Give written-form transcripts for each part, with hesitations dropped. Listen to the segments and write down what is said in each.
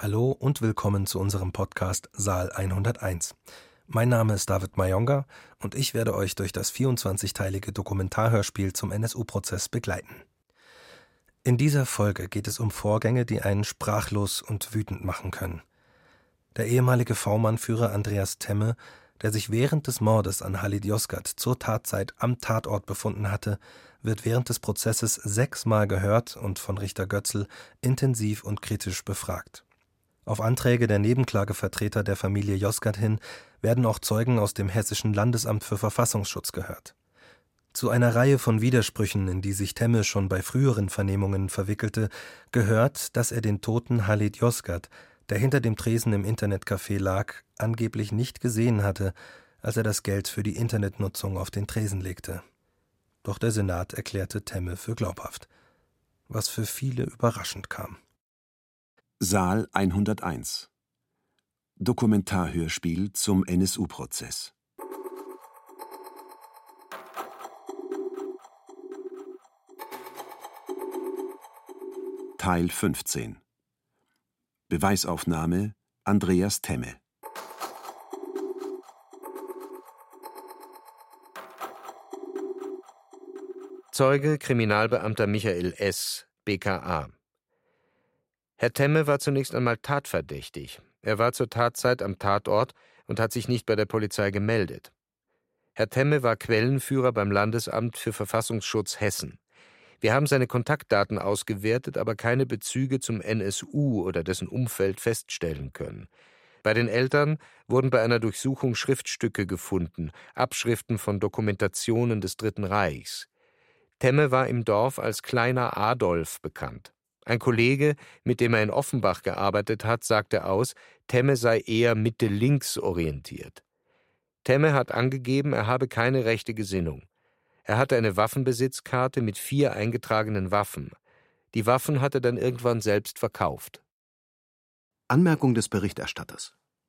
Hallo und willkommen zu unserem Podcast Saal 101. Mein Name ist David Mayonga und ich werde euch durch das 24-teilige Dokumentarhörspiel zum NSU-Prozess begleiten. In dieser Folge geht es um Vorgänge, die einen sprachlos und wütend machen können. Der ehemalige V-Mann-Führer Andreas Temme, der sich während des Mordes an Halid Yozgat zur Tatzeit am Tatort befunden hatte, wird während des Prozesses 6-mal gehört und von Richter Götzl intensiv und kritisch befragt. Auf Anträge der Nebenklagevertreter der Familie Yozgat hin werden auch Zeugen aus dem Hessischen Landesamt für Verfassungsschutz gehört. Zu einer Reihe von Widersprüchen, in die sich Temme schon bei früheren Vernehmungen verwickelte, gehört, dass er den toten Halid Yozgat, der hinter dem Tresen im Internetcafé lag, angeblich nicht gesehen hatte, als er das Geld für die Internetnutzung auf den Tresen legte. Doch der Senat erklärte Temme für glaubhaft, was für viele überraschend kam. Saal 101 Dokumentarhörspiel zum NSU-Prozess. Teil 15 Beweisaufnahme Andreas Temme. Zeuge Kriminalbeamter Michael S., BKA. Herr Temme war zunächst einmal tatverdächtig. Er war zur Tatzeit am Tatort und hat sich nicht bei der Polizei gemeldet. Herr Temme war Quellenführer beim Landesamt für Verfassungsschutz Hessen. Wir haben seine Kontaktdaten ausgewertet, aber keine Bezüge zum NSU oder dessen Umfeld feststellen können. Bei den Eltern wurden bei einer Durchsuchung Schriftstücke gefunden, Abschriften von Dokumentationen des Dritten Reichs. Temme war im Dorf als Kleiner Adolf bekannt. Ein Kollege, mit dem er in Offenbach gearbeitet hat, sagte aus, Temme sei eher Mitte-links orientiert. Temme hat angegeben, er habe keine rechte Gesinnung. Er hatte eine Waffenbesitzkarte mit 4 eingetragenen Waffen. Die Waffen hat er dann irgendwann selbst verkauft. Anmerkung des Berichterstatters.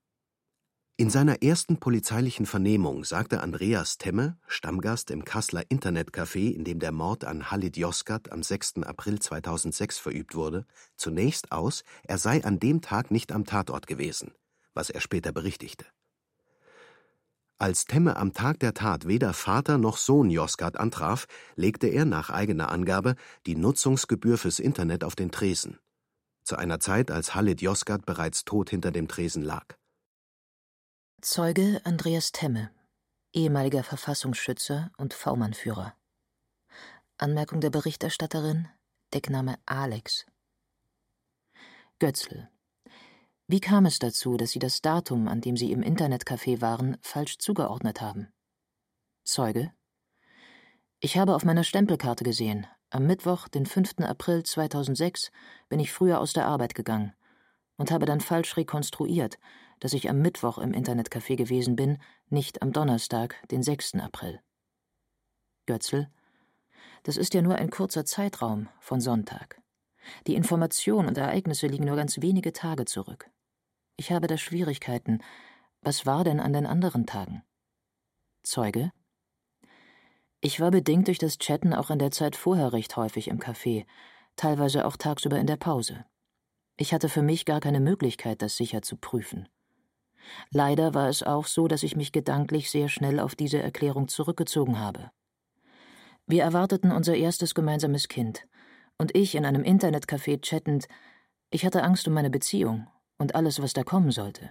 In seiner ersten polizeilichen Vernehmung sagte Andreas Temme, Stammgast im Kasseler Internetcafé, in dem der Mord an Halid Yozgat am 6. April 2006 verübt wurde, zunächst aus, er sei an dem Tag nicht am Tatort gewesen, was er später berichtigte. Als Temme am Tag der Tat weder Vater noch Sohn Yozgat antraf, legte er nach eigener Angabe die Nutzungsgebühr fürs Internet auf den Tresen. Zu einer Zeit, als Halid Yozgat bereits tot hinter dem Tresen lag. Zeuge Andreas Temme, ehemaliger Verfassungsschützer und V-Mann-Führer. Anmerkung der Berichterstatterin, Deckname Alex. Götzl. Wie kam es dazu, dass Sie das Datum, an dem Sie im Internetcafé waren, falsch zugeordnet haben? Zeuge. Ich habe auf meiner Stempelkarte gesehen, am Mittwoch, den 5. April 2006, bin ich früher aus der Arbeit gegangen und habe dann falsch rekonstruiert, dass ich am Mittwoch im Internetcafé gewesen bin, nicht am Donnerstag, den 6. April. Götzl. Das ist ja nur ein kurzer Zeitraum von Sonntag. Die Informationen und Ereignisse liegen nur ganz wenige Tage zurück. Ich habe da Schwierigkeiten. Was war denn an den anderen Tagen? Zeuge. Ich war bedingt durch das Chatten auch in der Zeit vorher recht häufig im Café, teilweise auch tagsüber in der Pause. Ich hatte für mich gar keine Möglichkeit, das sicher zu prüfen. Leider war es auch so, dass ich mich gedanklich sehr schnell auf diese Erklärung zurückgezogen habe. Wir erwarteten unser erstes gemeinsames Kind, und ich in einem Internetcafé chattend, ich hatte Angst um meine Beziehung und alles, was da kommen sollte.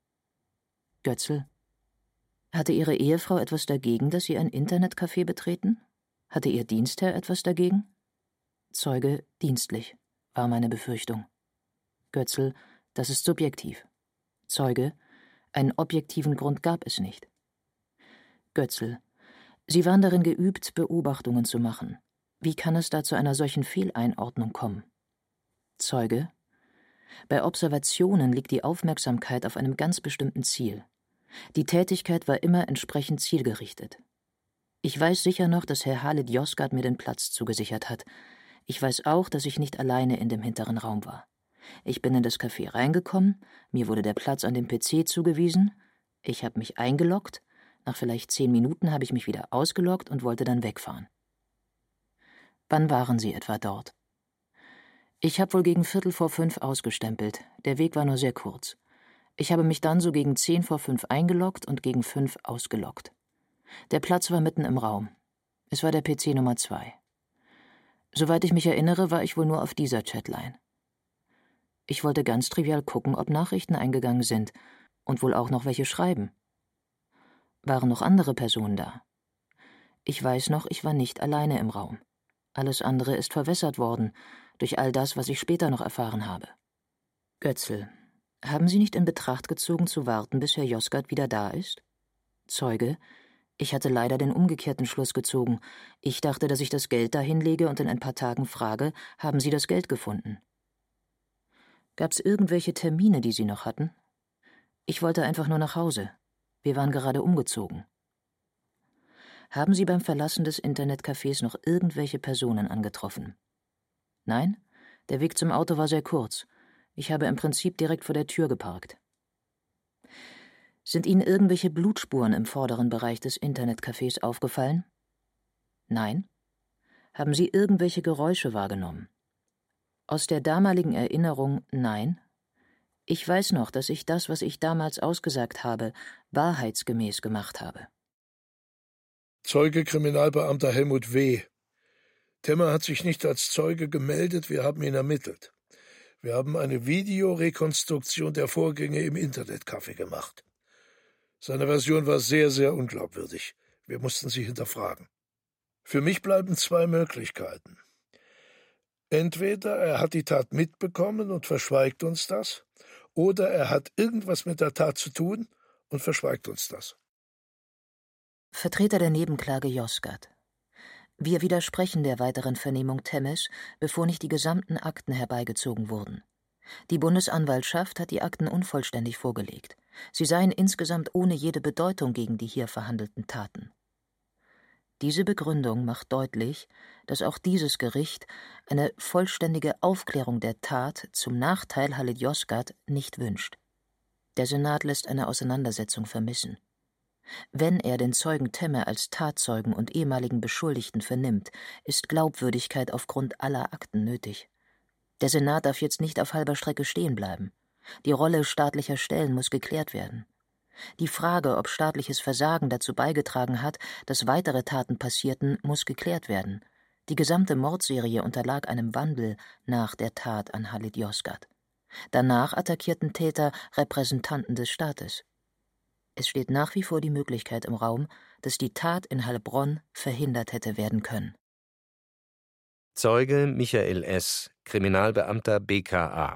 Götzl. Hatte Ihre Ehefrau etwas dagegen, dass Sie ein Internetcafé betreten? Hatte Ihr Dienstherr etwas dagegen? Zeuge, dienstlich, war meine Befürchtung. Götzl, das ist subjektiv. Zeuge, einen objektiven Grund gab es nicht. Götzl, Sie waren darin geübt, Beobachtungen zu machen. Wie kann es da zu einer solchen Fehleinordnung kommen? Zeuge, bei Observationen liegt die Aufmerksamkeit auf einem ganz bestimmten Ziel. Die Tätigkeit war immer entsprechend zielgerichtet. Ich weiß sicher noch, dass Herr Halid Yozgat mir den Platz zugesichert hat. Ich weiß auch, dass ich nicht alleine in dem hinteren Raum war. Ich bin in das Café reingekommen, mir wurde der Platz an dem PC zugewiesen, ich habe mich eingeloggt, nach vielleicht 10 Minuten habe ich mich wieder ausgeloggt und wollte dann wegfahren. Wann waren Sie etwa dort? Ich habe wohl gegen 4:45 ausgestempelt. Der Weg war nur sehr kurz. Ich habe mich dann so gegen 4:10 eingeloggt und gegen 5 ausgeloggt. Der Platz war mitten im Raum. Es war der PC Nummer 2. Soweit ich mich erinnere, war ich wohl nur auf dieser Chatline. Ich wollte ganz trivial gucken, ob Nachrichten eingegangen sind und wohl auch noch welche schreiben. Waren noch andere Personen da? Ich weiß noch, ich war nicht alleine im Raum. Alles andere ist verwässert worden, durch all das, was ich später noch erfahren habe. Götzl, haben Sie nicht in Betracht gezogen, zu warten, bis Herr Yozgat wieder da ist? Zeuge, ich hatte leider den umgekehrten Schluss gezogen. Ich dachte, dass ich das Geld da hinlege und in ein paar Tagen frage, haben Sie das Geld gefunden? Gab's irgendwelche Termine, die Sie noch hatten? Ich wollte einfach nur nach Hause. Wir waren gerade umgezogen. Haben Sie beim Verlassen des Internetcafés noch irgendwelche Personen angetroffen? Nein? Der Weg zum Auto war sehr kurz. Ich habe im Prinzip direkt vor der Tür geparkt. Sind Ihnen irgendwelche Blutspuren im vorderen Bereich des Internetcafés aufgefallen? Nein? Haben Sie irgendwelche Geräusche wahrgenommen? Aus der damaligen Erinnerung nein. Ich weiß noch, dass ich das, was ich damals ausgesagt habe, wahrheitsgemäß gemacht habe. Zeuge Kriminalbeamter Helmut W. Temmer hat sich nicht als Zeuge gemeldet, wir haben ihn ermittelt. Wir haben eine Videorekonstruktion der Vorgänge im Internetcafé gemacht. Seine Version war sehr, sehr unglaubwürdig. Wir mussten sie hinterfragen. Für mich bleiben 2 Möglichkeiten. Entweder er hat die Tat mitbekommen und verschweigt uns das, oder er hat irgendwas mit der Tat zu tun und verschweigt uns das. Vertreter der Nebenklage Yozgat. Wir widersprechen der weiteren Vernehmung Temmes, bevor nicht die gesamten Akten herbeigezogen wurden. Die Bundesanwaltschaft hat die Akten unvollständig vorgelegt. Sie seien insgesamt ohne jede Bedeutung gegen die hier verhandelten Taten. Diese Begründung macht deutlich, dass auch dieses Gericht eine vollständige Aufklärung der Tat zum Nachteil Halit Yozgat nicht wünscht. Der Senat lässt eine Auseinandersetzung vermissen. Wenn er den Zeugen Temme als Tatzeugen und ehemaligen Beschuldigten vernimmt, ist Glaubwürdigkeit aufgrund aller Akten nötig. Der Senat darf jetzt nicht auf halber Strecke stehen bleiben. Die Rolle staatlicher Stellen muss geklärt werden. Die Frage, ob staatliches Versagen dazu beigetragen hat, dass weitere Taten passierten, muss geklärt werden. Die gesamte Mordserie unterlag einem Wandel nach der Tat an Halit Yozgat. Danach attackierten Täter Repräsentanten des Staates. Es steht nach wie vor die Möglichkeit im Raum, dass die Tat in Heilbronn verhindert hätte werden können. Zeuge Michael S., Kriminalbeamter BKA.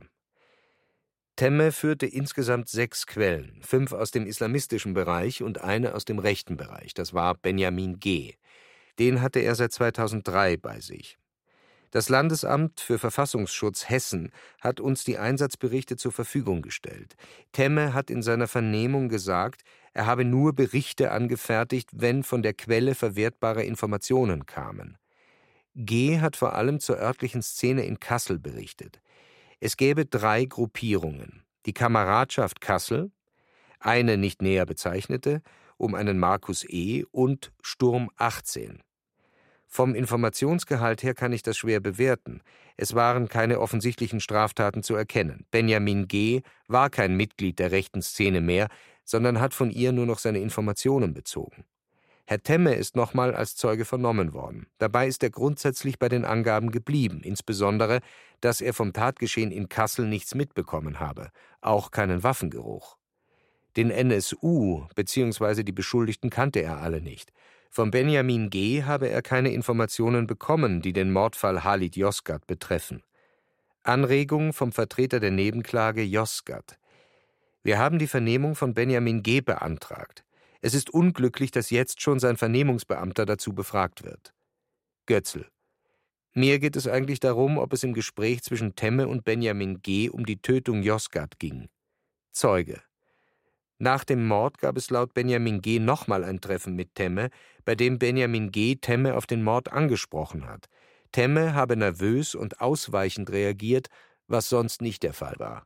Temme führte insgesamt 6 Quellen, 5 aus dem islamistischen Bereich und eine aus dem rechten Bereich. Das war Benjamin G. Den hatte er seit 2003 bei sich. Das Landesamt für Verfassungsschutz Hessen hat uns die Einsatzberichte zur Verfügung gestellt. Temme hat in seiner Vernehmung gesagt, er habe nur Berichte angefertigt, wenn von der Quelle verwertbare Informationen kamen. G. hat vor allem zur örtlichen Szene in Kassel berichtet. Es gäbe 3 Gruppierungen: die Kameradschaft Kassel, eine nicht näher bezeichnete, um einen Markus E. und Sturm 18. Vom Informationsgehalt her kann ich das schwer bewerten. Es waren keine offensichtlichen Straftaten zu erkennen. Benjamin G. war kein Mitglied der rechten Szene mehr, sondern hat von ihr nur noch seine Informationen bezogen. Herr Temme ist nochmal als Zeuge vernommen worden. Dabei ist er grundsätzlich bei den Angaben geblieben, insbesondere, dass er vom Tatgeschehen in Kassel nichts mitbekommen habe, auch keinen Waffengeruch. Den NSU bzw. die Beschuldigten kannte er alle nicht. Von Benjamin G. habe er keine Informationen bekommen, die den Mordfall Halit Yozgat betreffen. Anregung vom Vertreter der Nebenklage Yozgat. Wir haben die Vernehmung von Benjamin G. beantragt. Es ist unglücklich, dass jetzt schon sein Vernehmungsbeamter dazu befragt wird. Götzl. Mir geht es eigentlich darum, ob es im Gespräch zwischen Temme und Benjamin G. um die Tötung Yozgat ging. Zeuge. Nach dem Mord gab es laut Benjamin G. nochmal ein Treffen mit Temme, bei dem Benjamin G. Temme auf den Mord angesprochen hat. Temme habe nervös und ausweichend reagiert, was sonst nicht der Fall war.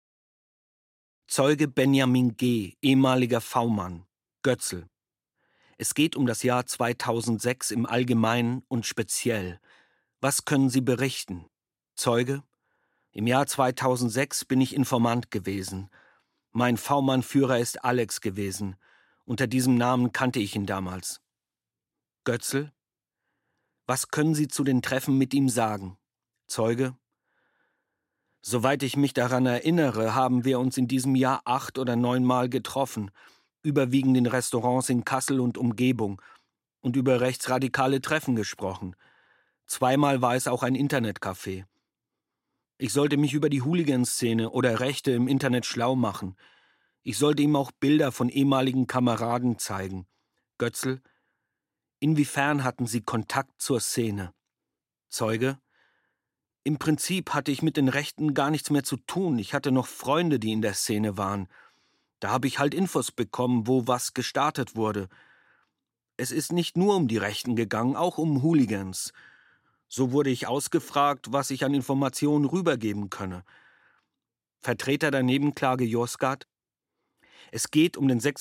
Zeuge Benjamin G., ehemaliger V-Mann. Götzl. Es geht um das Jahr 2006 im Allgemeinen und speziell. Was können Sie berichten? Zeuge. Im Jahr 2006 bin ich Informant gewesen. Mein V-Mann-Führer ist Alex gewesen. Unter diesem Namen kannte ich ihn damals. Götzl? Was können Sie zu den Treffen mit ihm sagen? Zeuge? Soweit ich mich daran erinnere, haben wir uns in diesem Jahr 8 oder 9 Mal getroffen, überwiegend in Restaurants in Kassel und Umgebung, und über rechtsradikale Treffen gesprochen. 2-mal war es auch ein Internetcafé. Ich sollte mich über die Hooligan-Szene oder Rechte im Internet schlau machen. Ich sollte ihm auch Bilder von ehemaligen Kameraden zeigen. Götzl, inwiefern hatten Sie Kontakt zur Szene? Zeuge, im Prinzip hatte ich mit den Rechten gar nichts mehr zu tun. Ich hatte noch Freunde, die in der Szene waren. Da habe ich halt Infos bekommen, wo was gestartet wurde. Es ist nicht nur um die Rechten gegangen, auch um Hooligans. So wurde ich ausgefragt, was ich an Informationen rübergeben könne. Vertreter der Nebenklage Yozgat: Es geht um den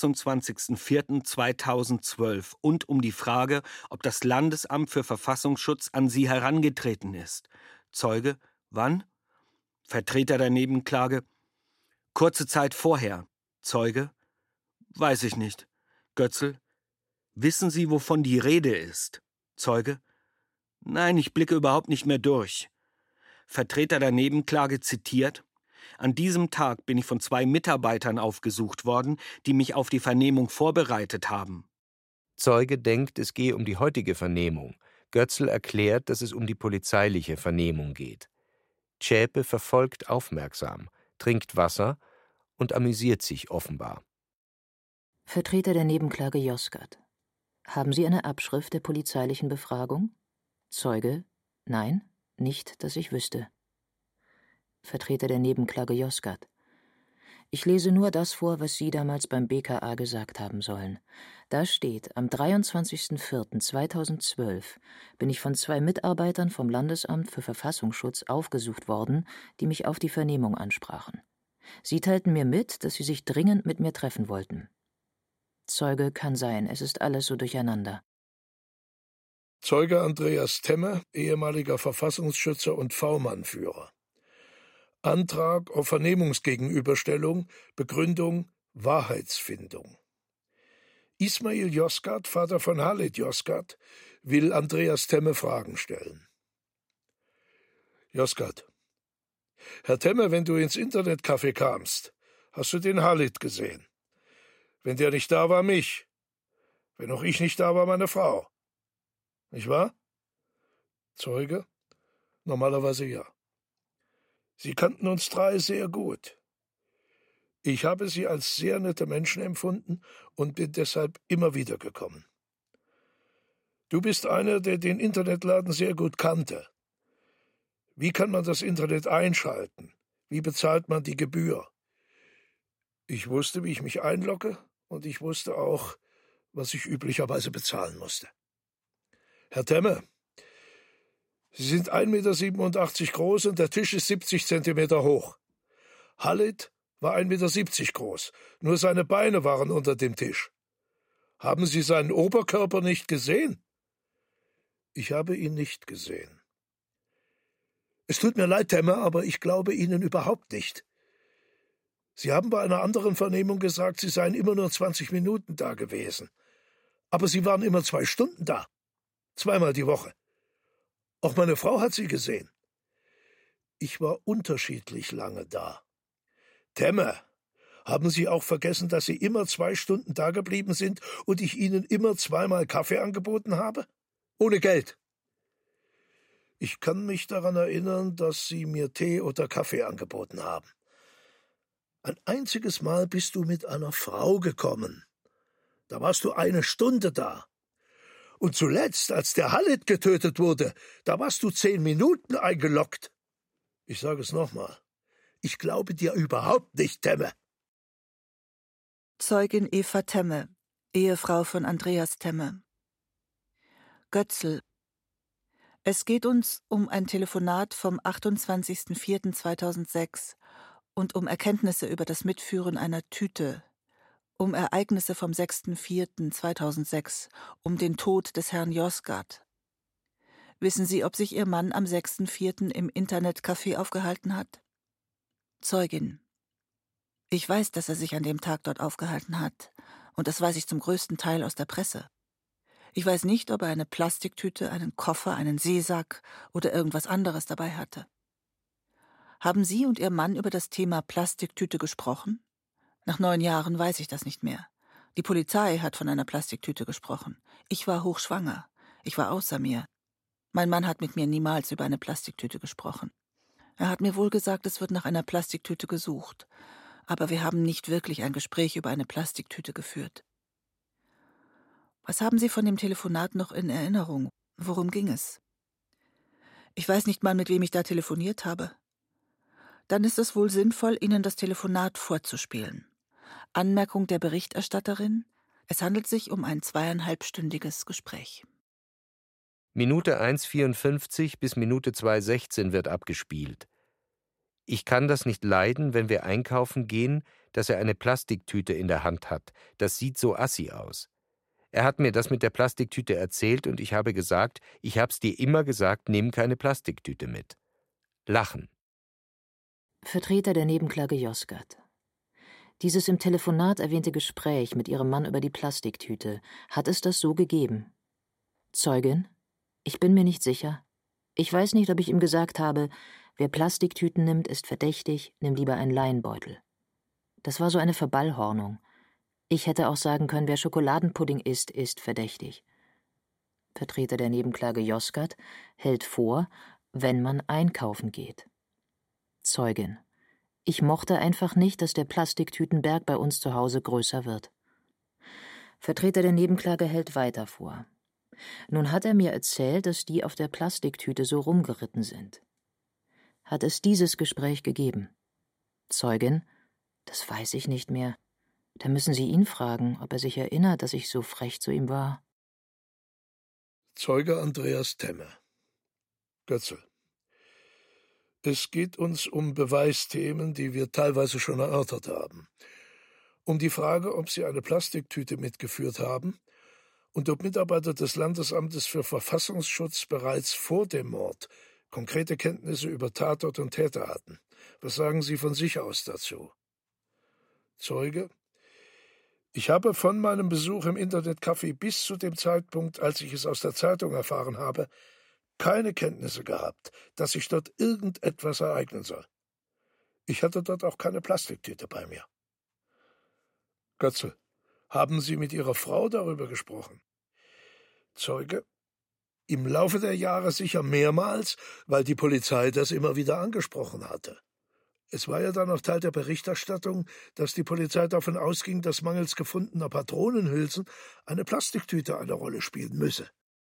26.04.2012 und um die Frage, ob das Landesamt für Verfassungsschutz an Sie herangetreten ist. Zeuge: Wann? Vertreter der Nebenklage: Kurze Zeit vorher. Zeuge: Weiß ich nicht. Götzl: Wissen Sie, wovon die Rede ist? Zeuge: Nein, ich blicke überhaupt nicht mehr durch. Vertreter der Nebenklage zitiert: An diesem Tag bin ich von 2 Mitarbeitern aufgesucht worden, die mich auf die Vernehmung vorbereitet haben. Zeuge denkt, es gehe um die heutige Vernehmung. Götzl erklärt, dass es um die polizeiliche Vernehmung geht. Zschäpe verfolgt aufmerksam, trinkt Wasser und amüsiert sich offenbar. Vertreter der Nebenklage Yozgat: Haben Sie eine Abschrift der polizeilichen Befragung? Zeuge: Nein, nicht, dass ich wüsste. Vertreter der Nebenklage Yozgat: Ich lese nur das vor, was Sie damals beim BKA gesagt haben sollen. Da steht, am 23.04.2012 bin ich von 2 Mitarbeitern vom Landesamt für Verfassungsschutz aufgesucht worden, die mich auf die Vernehmung ansprachen. Sie teilten mir mit, dass sie sich dringend mit mir treffen wollten. Zeuge: Kann sein, es ist alles so durcheinander. Zeuge Andreas Temme, ehemaliger Verfassungsschützer und V-Mann-Führer. Antrag auf Vernehmungsgegenüberstellung, Begründung Wahrheitsfindung. Ismail Yozgat, Vater von Halid Yozgat, will Andreas Temme Fragen stellen. Yozgat: Herr Temme, wenn du ins Internetcafé kamst, hast du den Halid gesehen. Wenn der nicht da war, mich. Wenn auch ich nicht da war, meine Frau. Nicht wahr? Zeuge: Normalerweise ja. Sie kannten uns 3 sehr gut. Ich habe sie als sehr nette Menschen empfunden und bin deshalb immer wieder gekommen. Du bist einer, der den Internetladen sehr gut kannte. Wie kann man das Internet einschalten? Wie bezahlt man die Gebühr? Ich wusste, wie ich mich einlogge, und ich wusste auch, was ich üblicherweise bezahlen musste. Herr Temme, Sie sind 1,87 Meter groß und der Tisch ist 70 Zentimeter hoch. Halid war 1,70 Meter groß, nur seine Beine waren unter dem Tisch. Haben Sie seinen Oberkörper nicht gesehen? Ich habe ihn nicht gesehen. Es tut mir leid, Temme, aber ich glaube Ihnen überhaupt nicht. Sie haben bei einer anderen Vernehmung gesagt, Sie seien immer nur 20 Minuten da gewesen. Aber Sie waren immer 2 Stunden da. 2-mal die Woche. Auch meine Frau hat Sie gesehen. Ich war unterschiedlich lange da. Temme, haben Sie auch vergessen, dass Sie immer 2 Stunden da geblieben sind und ich Ihnen immer 2-mal Kaffee angeboten habe? Ohne Geld. Ich kann mich daran erinnern, dass Sie mir Tee oder Kaffee angeboten haben. Ein einziges Mal bist du mit einer Frau gekommen. Da warst du 1 Stunde da. Und zuletzt, als der Halid getötet wurde, da warst du 10 Minuten eingeloggt. Ich sage es nochmal. Ich glaube dir überhaupt nicht, Temme. Zeugin Eva Temme, Ehefrau von Andreas Temme. Götzl: Es geht uns um ein Telefonat vom 28.04.2006 und um Erkenntnisse über das Mitführen einer Tüte, um Ereignisse vom 6.04.2006, um den Tod des Herrn Yozgat. Wissen Sie, ob sich Ihr Mann am 6.4. im Internetcafé aufgehalten hat? Zeugin: Ich weiß, dass er sich an dem Tag dort aufgehalten hat, und das weiß ich zum größten Teil aus der Presse. Ich weiß nicht, ob er eine Plastiktüte, einen Koffer, einen Seesack oder irgendwas anderes dabei hatte. Haben Sie und Ihr Mann über das Thema Plastiktüte gesprochen? Nach 9 Jahren weiß ich das nicht mehr. Die Polizei hat von einer Plastiktüte gesprochen. Ich war hochschwanger. Ich war außer mir. Mein Mann hat mit mir niemals über eine Plastiktüte gesprochen. Er hat mir wohl gesagt, es wird nach einer Plastiktüte gesucht. Aber wir haben nicht wirklich ein Gespräch über eine Plastiktüte geführt. Was haben Sie von dem Telefonat noch in Erinnerung? Worum ging es? Ich weiß nicht mal, mit wem ich da telefoniert habe. Dann ist es wohl sinnvoll, Ihnen das Telefonat vorzuspielen. Anmerkung der Berichterstatterin: Es handelt sich um ein 2,5-stündiges Gespräch. Minute 1,54 bis Minute 2,16 wird abgespielt. Ich kann das nicht leiden, wenn wir einkaufen gehen, dass er eine Plastiktüte in der Hand hat. Das sieht so assi aus. Er hat mir das mit der Plastiktüte erzählt und ich habe gesagt, ich hab's dir immer gesagt, nimm keine Plastiktüte mit. Lachen. Vertreter der Nebenklage Yozgat: Dieses im Telefonat erwähnte Gespräch mit Ihrem Mann über die Plastiktüte, hat es das so gegeben? Zeugin: Ich bin mir nicht sicher. Ich weiß nicht, ob ich ihm gesagt habe, wer Plastiktüten nimmt, ist verdächtig, nimm lieber einen Leinbeutel. Das war so eine Verballhornung. Ich hätte auch sagen können, wer Schokoladenpudding isst, ist verdächtig. Vertreter der Nebenklage Yozgat hält vor, wenn man einkaufen geht. Zeugin: Ich mochte einfach nicht, dass der Plastiktütenberg bei uns zu Hause größer wird. Vertreter der Nebenklage hält weiter vor. Nun hat er mir erzählt, dass die auf der Plastiktüte so rumgeritten sind. Hat es dieses Gespräch gegeben? Zeugin: Das weiß ich nicht mehr. Da müssen Sie ihn fragen, ob er sich erinnert, dass ich so frech zu ihm war. Zeuge Andreas Temme. Götzl: Es geht uns um Beweisthemen, die wir teilweise schon erörtert haben. Um die Frage, ob Sie eine Plastiktüte mitgeführt haben und ob Mitarbeiter des Landesamtes für Verfassungsschutz bereits vor dem Mord konkrete Kenntnisse über Tatort und Täter hatten. Was sagen Sie von sich aus dazu? Zeuge: Ich habe von meinem Besuch im Internetcafé bis zu dem Zeitpunkt, als ich es aus der Zeitung erfahren habe, keine Kenntnisse gehabt, dass sich dort irgendetwas ereignen soll. Ich hatte dort auch keine Plastiktüte bei mir. Götzl: Haben Sie mit Ihrer Frau darüber gesprochen? Zeuge: Im Laufe der Jahre sicher mehrmals, weil die Polizei das immer wieder angesprochen hatte. Es war ja dann auch Teil der Berichterstattung, dass die Polizei davon ausging, dass mangels gefundener Patronenhülsen eine Plastiktüte eine Rolle spielen müsse.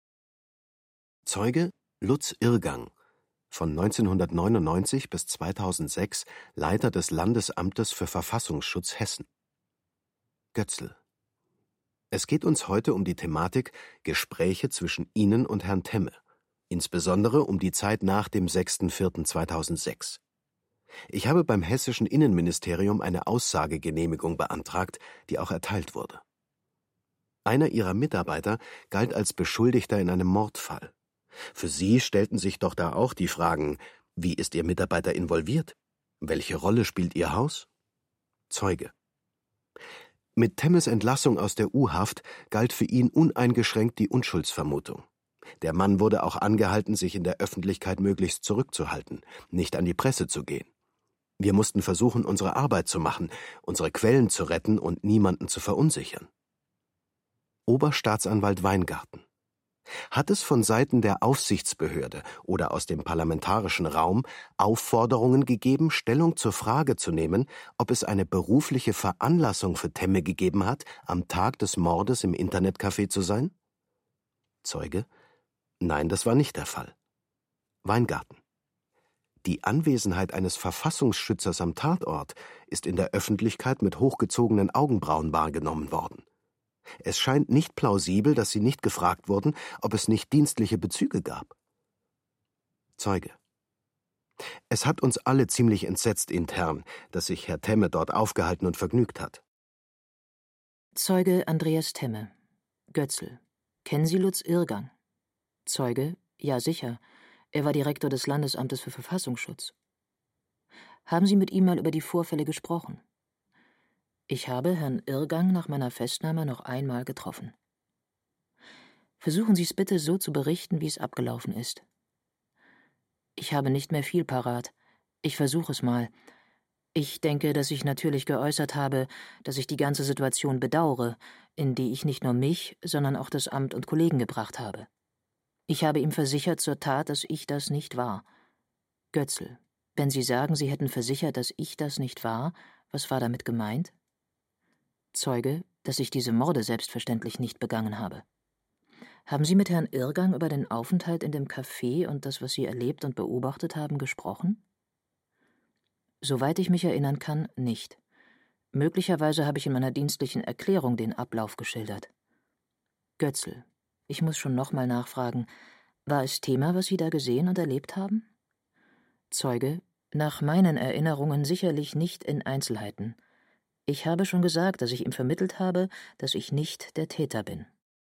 Zeuge Lutz Irrgang, von 1999 bis 2006 Leiter des Landesamtes für Verfassungsschutz Hessen. Götzl: Es geht uns heute um die Thematik Gespräche zwischen Ihnen und Herrn Temme, insbesondere um die Zeit nach dem 6.4.2006. Ich habe beim hessischen Innenministerium eine Aussagegenehmigung beantragt, die auch erteilt wurde. Einer Ihrer Mitarbeiter galt als Beschuldigter in einem Mordfall. Für Sie stellten sich doch da auch die Fragen: Wie ist Ihr Mitarbeiter involviert? Welche Rolle spielt Ihr Haus? Zeuge: Mit Temmes Entlassung aus der U-Haft galt für ihn uneingeschränkt die Unschuldsvermutung. Der Mann wurde auch angehalten, sich in der Öffentlichkeit möglichst zurückzuhalten, nicht an die Presse zu gehen. Wir mussten versuchen, unsere Arbeit zu machen, unsere Quellen zu retten und niemanden zu verunsichern. Oberstaatsanwalt Weingarten: Hat es von Seiten der Aufsichtsbehörde oder aus dem parlamentarischen Raum Aufforderungen gegeben, Stellung zur Frage zu nehmen, ob es eine berufliche Veranlassung für Temme gegeben hat, am Tag des Mordes im Internetcafé zu sein? Zeuge: Nein, das war nicht der Fall. Weingarten: Die Anwesenheit eines Verfassungsschützers am Tatort ist in der Öffentlichkeit mit hochgezogenen Augenbrauen wahrgenommen worden. Es scheint nicht plausibel, dass Sie nicht gefragt wurden, ob es nicht dienstliche Bezüge gab. Zeuge: Es hat uns alle ziemlich entsetzt intern, dass sich Herr Temme dort aufgehalten und vergnügt hat. Zeuge Andreas Temme. Götzl: Kennen Sie Lutz Irrgang? Zeuge: Ja, sicher. Er war Direktor des Landesamtes für Verfassungsschutz. Haben Sie mit ihm mal über die Vorfälle gesprochen? Ich habe Herrn Irrgang nach meiner Festnahme noch einmal getroffen. Versuchen Sie es bitte so zu berichten, wie es abgelaufen ist. Ich habe nicht mehr viel parat. Ich versuche es mal. Ich denke, dass ich natürlich geäußert habe, dass ich die ganze Situation bedauere, in die ich nicht nur mich, sondern auch das Amt und Kollegen gebracht habe. Ich habe ihm versichert zur Tat, dass ich das nicht war. Götzl, wenn Sie sagen, Sie hätten versichert, dass ich das nicht war, was war damit gemeint? Zeuge, dass ich diese Morde selbstverständlich nicht begangen habe. Haben Sie mit Herrn Irrgang über den Aufenthalt in dem Café und das, was Sie erlebt und beobachtet haben, gesprochen? Soweit ich mich erinnern kann, nicht. Möglicherweise habe ich in meiner dienstlichen Erklärung den Ablauf geschildert. Götzl, ich muss schon nochmal nachfragen, war es Thema, was Sie da gesehen und erlebt haben? Zeuge, nach meinen Erinnerungen sicherlich nicht in Einzelheiten. Ich habe schon gesagt, dass ich ihm vermittelt habe, dass ich nicht der Täter bin.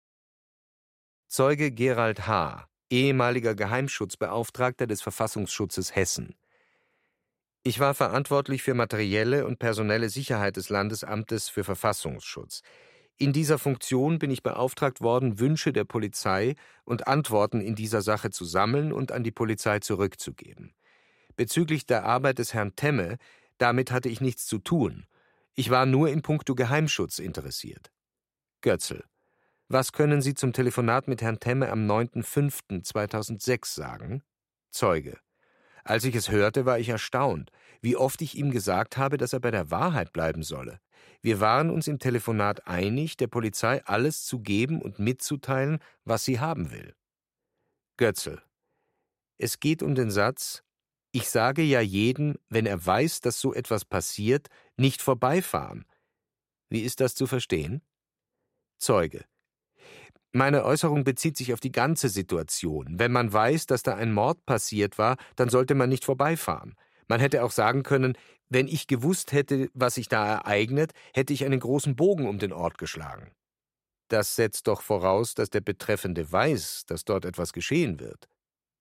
Zeuge Gerald H., ehemaliger Geheimschutzbeauftragter des Verfassungsschutzes Hessen. Ich war verantwortlich für materielle und personelle Sicherheit des Landesamtes für Verfassungsschutz. In dieser Funktion bin ich beauftragt worden, Wünsche der Polizei und Antworten in dieser Sache zu sammeln und an die Polizei zurückzugeben. Bezüglich der Arbeit des Herrn Temme, damit hatte ich nichts zu tun. Ich war nur in puncto Geheimschutz interessiert. Götzl, was können Sie zum Telefonat mit Herrn Temme am 9.05.2006 sagen? Zeuge, als ich es hörte, war ich erstaunt, wie oft ich ihm gesagt habe, dass er bei der Wahrheit bleiben solle. Wir waren uns im Telefonat einig, der Polizei alles zu geben und mitzuteilen, was sie haben will. Götzl, es geht um den Satz: Ich sage ja jedem, wenn er weiß, dass so etwas passiert, nicht vorbeifahren. Wie ist das zu verstehen? Zeuge, meine Äußerung bezieht sich auf die ganze Situation. Wenn man weiß, dass da ein Mord passiert war, dann sollte man nicht vorbeifahren. Man hätte auch sagen können, wenn ich gewusst hätte, was sich da ereignet, hätte ich einen großen Bogen um den Ort geschlagen. Das setzt doch voraus, dass der Betreffende weiß, dass dort etwas geschehen wird.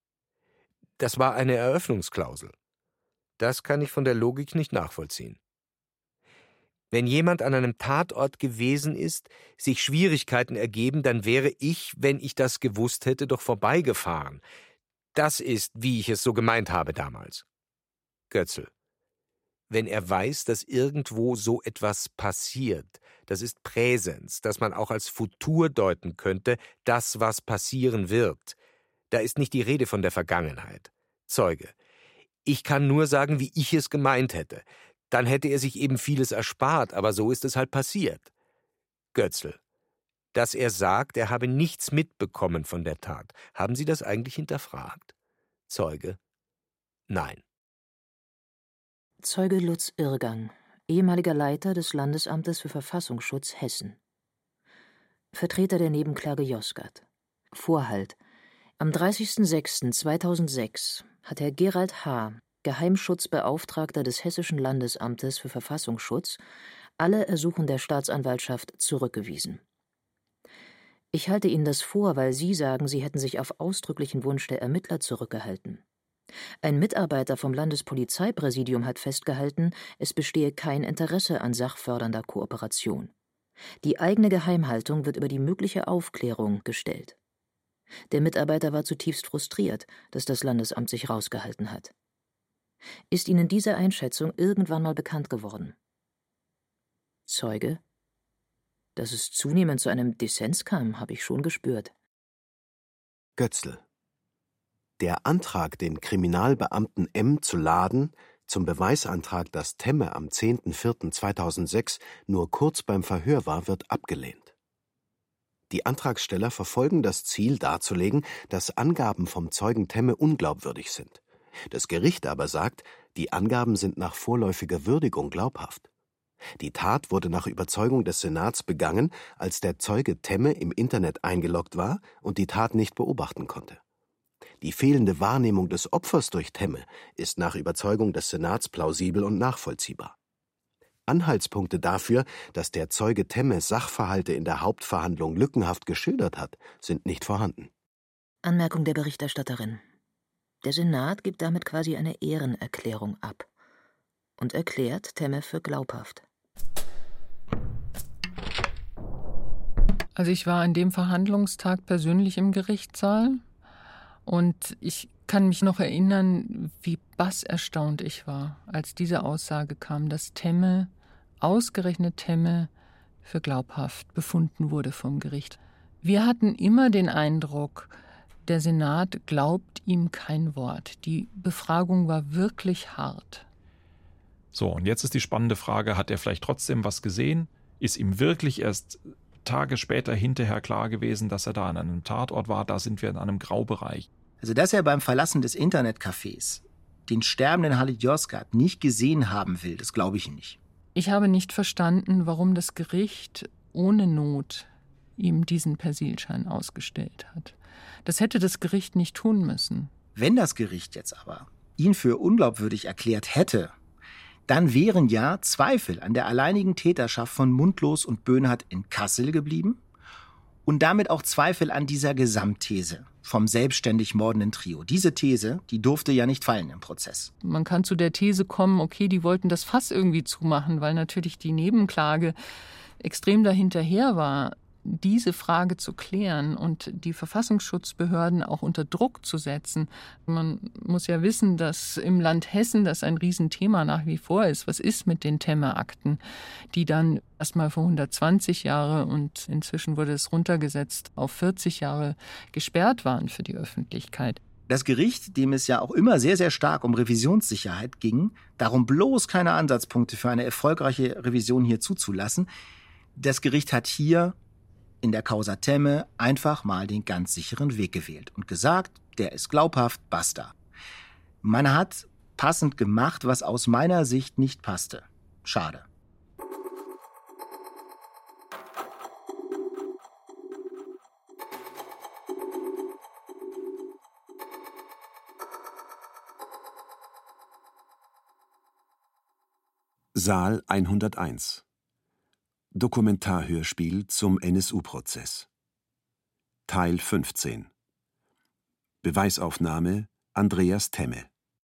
Das war eine Eröffnungsklausel. Das kann ich von der Logik nicht nachvollziehen. Wenn jemand an einem Tatort gewesen ist, sich Schwierigkeiten ergeben, dann wäre ich, wenn ich das gewusst hätte, doch vorbeigefahren. Das ist, wie ich es so gemeint habe damals. Götzl, wenn er weiß, dass irgendwo so etwas passiert, das ist Präsens, das man auch als Futur deuten könnte, das, was passieren wird. Da ist nicht die Rede von der Vergangenheit. Zeuge, ich kann nur sagen, wie ich es gemeint hätte. Dann hätte er sich eben vieles erspart, aber so ist es halt passiert. Götzl, dass er sagt, er habe nichts mitbekommen von der Tat. Haben Sie das eigentlich hinterfragt? Zeuge, nein. Zeuge Lutz Irrgang, ehemaliger Leiter des Landesamtes für Verfassungsschutz Hessen. Vertreter der Nebenklage Josgat. Vorhalt. Am 30.06.2006 hat Herr Gerald H., Geheimschutzbeauftragter des Hessischen Landesamtes für Verfassungsschutz, alle Ersuchen der Staatsanwaltschaft zurückgewiesen. Ich halte Ihnen das vor, weil Sie sagen, Sie hätten sich auf ausdrücklichen Wunsch der Ermittler zurückgehalten. Ein Mitarbeiter vom Landespolizeipräsidium hat festgehalten, es bestehe kein Interesse an sachfördernder Kooperation. Die eigene Geheimhaltung wird über die mögliche Aufklärung gestellt. Der Mitarbeiter war zutiefst frustriert, dass das Landesamt sich rausgehalten hat. Ist Ihnen diese Einschätzung irgendwann mal bekannt geworden? Zeuge: Dass es zunehmend zu einem Dissens kam, habe ich schon gespürt. Götzl. Der Antrag, den Kriminalbeamten M. zu laden, zum Beweisantrag, dass Temme am 10.04.2006 nur kurz beim Verhör war, wird abgelehnt. Die Antragsteller verfolgen das Ziel darzulegen, dass Angaben vom Zeugen Temme unglaubwürdig sind. Das Gericht aber sagt, die Angaben sind nach vorläufiger Würdigung glaubhaft. Die Tat wurde nach Überzeugung des Senats begangen, als der Zeuge Temme im Internet eingeloggt war und die Tat nicht beobachten konnte. Die fehlende Wahrnehmung des Opfers durch Temme ist nach Überzeugung des Senats plausibel und nachvollziehbar. Anhaltspunkte dafür, dass der Zeuge Temme Sachverhalte in der Hauptverhandlung lückenhaft geschildert hat, sind nicht vorhanden. Anmerkung der Berichterstatterin. Der Senat gibt damit quasi eine Ehrenerklärung ab und erklärt Temme für glaubhaft. Also ich war an dem Verhandlungstag persönlich im Gerichtssaal und ich kann mich noch erinnern, wie basserstaunt ich war, als diese Aussage kam, dass Temme, ausgerechnet Temme, für glaubhaft befunden wurde vom Gericht. Wir hatten immer den Eindruck, der Senat glaubt ihm kein Wort. Die Befragung war wirklich hart. So, und jetzt ist die spannende Frage, hat er vielleicht trotzdem was gesehen? Ist ihm wirklich erst Tage später hinterher klar gewesen, dass er da an einem Tatort war? Da sind wir in einem Graubereich. Also, dass er beim Verlassen des Internetcafés den sterbenden Halit Yozgat nicht gesehen haben will, das glaube ich nicht. Ich habe nicht verstanden, warum das Gericht ohne Not ihm diesen Persilschein ausgestellt hat. Das hätte das Gericht nicht tun müssen. Wenn das Gericht jetzt aber ihn für unglaubwürdig erklärt hätte, dann wären ja Zweifel an der alleinigen Täterschaft von Mundlos und Böhnhardt in Kassel geblieben und damit auch Zweifel an dieser Gesamtthese vom selbstständig mordenden Trio. Diese These, die durfte ja nicht fallen im Prozess. Man kann zu der These kommen, okay, die wollten das Fass irgendwie zumachen, weil natürlich die Nebenklage extrem dahinterher war, diese Frage zu klären und die Verfassungsschutzbehörden auch unter Druck zu setzen. Man muss ja wissen, dass im Land Hessen das ein Riesenthema nach wie vor ist. Was ist mit den Temme-Akten, die dann erstmal für 120 Jahre und inzwischen wurde es runtergesetzt auf 40 Jahre gesperrt waren für die Öffentlichkeit? Das Gericht, dem es ja auch immer sehr, sehr stark um Revisionssicherheit ging, darum bloß keine Ansatzpunkte für eine erfolgreiche Revision hier zuzulassen, das Gericht hat hier in der Causa Temme einfach mal den ganz sicheren Weg gewählt und gesagt, der ist glaubhaft, basta. Man hat passend gemacht, was aus meiner Sicht nicht passte. Schade. Saal 101. Dokumentarhörspiel zum NSU-Prozess. Teil 15. Beweisaufnahme Andreas Temme.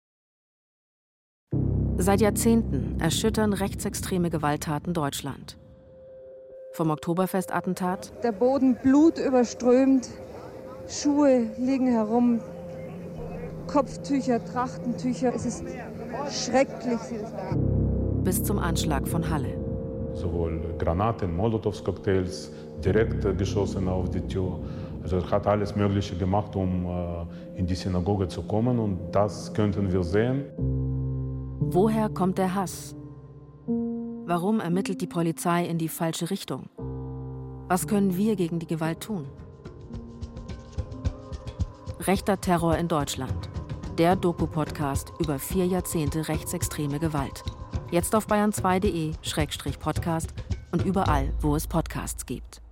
Seit Jahrzehnten erschüttern rechtsextreme Gewalttaten Deutschland. Vom Oktoberfestattentat. Der Boden blutüberströmt, Schuhe liegen herum, Kopftücher, Trachtentücher. Es ist schrecklich. Bis zum Anschlag von Halle. Sowohl Granaten, Molotow-Cocktails, direkt geschossen auf die Tür. Also er hat alles Mögliche gemacht, um in die Synagoge zu kommen, und das könnten wir sehen. Woher kommt der Hass? Warum ermittelt die Polizei in die falsche Richtung? Was können wir gegen die Gewalt tun? Rechter Terror in Deutschland. Der Doku-Podcast über 4 Jahrzehnte rechtsextreme Gewalt. Jetzt auf bayern2.de/podcast und überall, wo es Podcasts gibt.